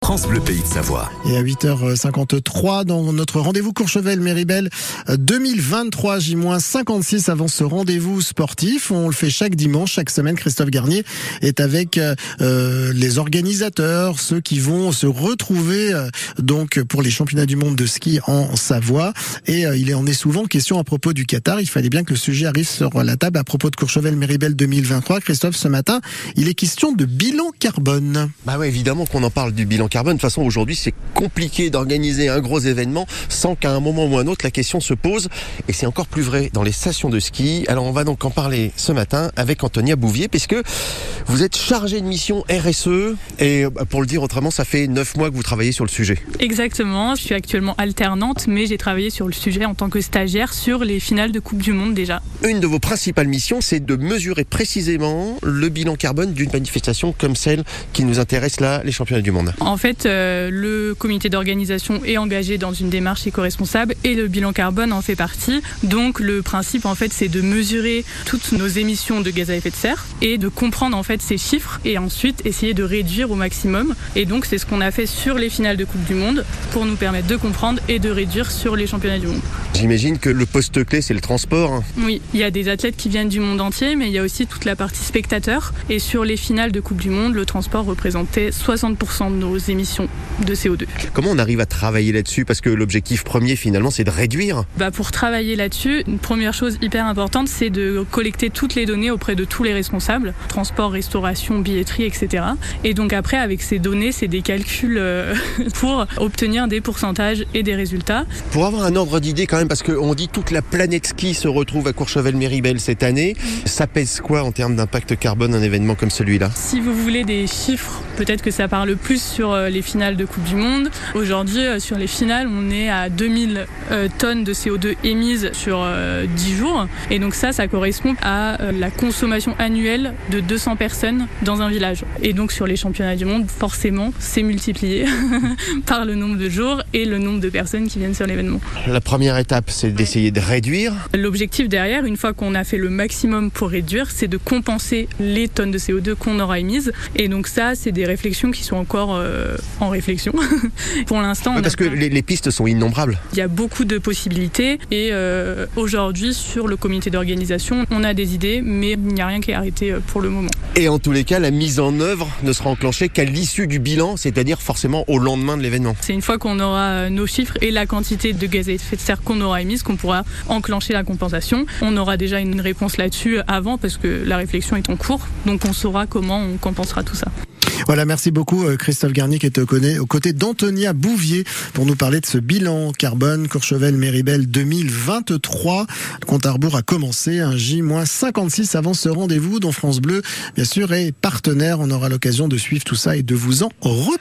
France Bleu Pays de Savoie. Et à 8h53, dans notre rendez-vous Courchevel-Méribel 2023, J-56 avant ce rendez-vous sportif. On le fait chaque dimanche, chaque semaine. Christophe Garnier est avec les organisateurs, ceux qui vont se retrouver donc pour les championnats du monde de ski en Savoie. Et il en est souvent question à propos du Qatar. Il fallait bien que le sujet arrive sur la table à propos de Courchevel-Méribel 2023. Christophe, ce matin, il est question de bilan carbone. Bah ouais, évidemment qu'on en parle du bilan carbone. De toute façon, aujourd'hui, c'est compliqué d'organiser un gros événement sans qu'à un moment ou un autre, la question se pose. Et c'est encore plus vrai dans les stations de ski. Alors, on va donc en parler ce matin avec Antonia Bouvier, puisque vous êtes chargée de mission RSE. Et pour le dire autrement, ça fait 9 mois que vous travaillez sur le sujet. Exactement. Je suis actuellement alternante, mais j'ai travaillé sur le sujet en tant que stagiaire sur les finales de Coupe du Monde déjà. Une de vos principales missions, c'est de mesurer précisément le bilan carbone d'une manifestation comme celle qui nous intéresse là, les championnats du monde. En fait, le comité d'organisation est engagé dans une démarche éco-responsable et le bilan carbone en fait partie. Donc le principe en fait, c'est de mesurer toutes nos émissions de gaz à effet de serre et de comprendre en fait ces chiffres et ensuite essayer de réduire au maximum. Et donc c'est ce qu'on a fait sur les finales de Coupe du Monde pour nous permettre de comprendre et de réduire sur les championnats du monde. J'imagine que le poste clé, c'est le transport. Oui, il y a des athlètes qui viennent du monde entier, mais il y a aussi toute la partie spectateurs. Et sur les finales de Coupe du Monde, le transport représentait 60% de nos émissions de CO2. Comment on arrive à travailler là-dessus? Parce que l'objectif premier, finalement, c'est de réduire. Pour travailler là-dessus, une première chose hyper importante, c'est de collecter toutes les données auprès de tous les responsables, transport, restauration, billetterie, etc. Et donc après, avec ces données, c'est des calculs pour obtenir des pourcentages et des résultats. Pour avoir un ordre d'idée quand même, parce qu'on dit toute la planète ski se retrouve à Courchevel-Méribel cette année, ça pèse quoi en termes d'impact carbone un événement comme celui-là? Si vous voulez des chiffres, peut-être que ça parle plus sur les finales de Coupe du Monde. Aujourd'hui, sur les finales, on est à 2000 tonnes de CO2 émises sur 10 jours. Et donc ça correspond à la consommation annuelle de 200 personnes dans un village. Et donc sur les championnats du monde, forcément, c'est multiplié par le nombre de jours et le nombre de personnes qui viennent sur l'événement. La première étape, c'est d'essayer de réduire. L'objectif derrière, une fois qu'on a fait le maximum pour réduire, c'est de compenser les tonnes de CO2 qu'on aura émises. Et donc ça, c'est des réflexions qui sont encore en réflexion. Pour l'instant, parce que les pistes sont innombrables. Il y a beaucoup de possibilités et aujourd'hui, sur le comité d'organisation, on a des idées, mais il n'y a rien qui est arrêté pour le moment. Et en tous les cas, la mise en œuvre ne sera enclenchée qu'à l'issue du bilan, c'est-à-dire forcément au lendemain de l'événement. C'est une fois qu'on aura nos chiffres et la quantité de gaz à effet de serre qu'on aura émise qu'on pourra enclencher la compensation. On aura déjà une réponse là-dessus avant parce que la réflexion est en cours, donc on saura comment on compensera tout ça. Voilà, merci beaucoup Christophe Garnier qui est aux côtés d'Antonia Bouvier pour nous parler de ce bilan carbone Courchevel-Méribel 2023. Le compte à rebours a commencé, un J-56 avant ce rendez-vous dont France Bleu, bien sûr, est partenaire. On aura l'occasion de suivre tout ça et de vous en reparler.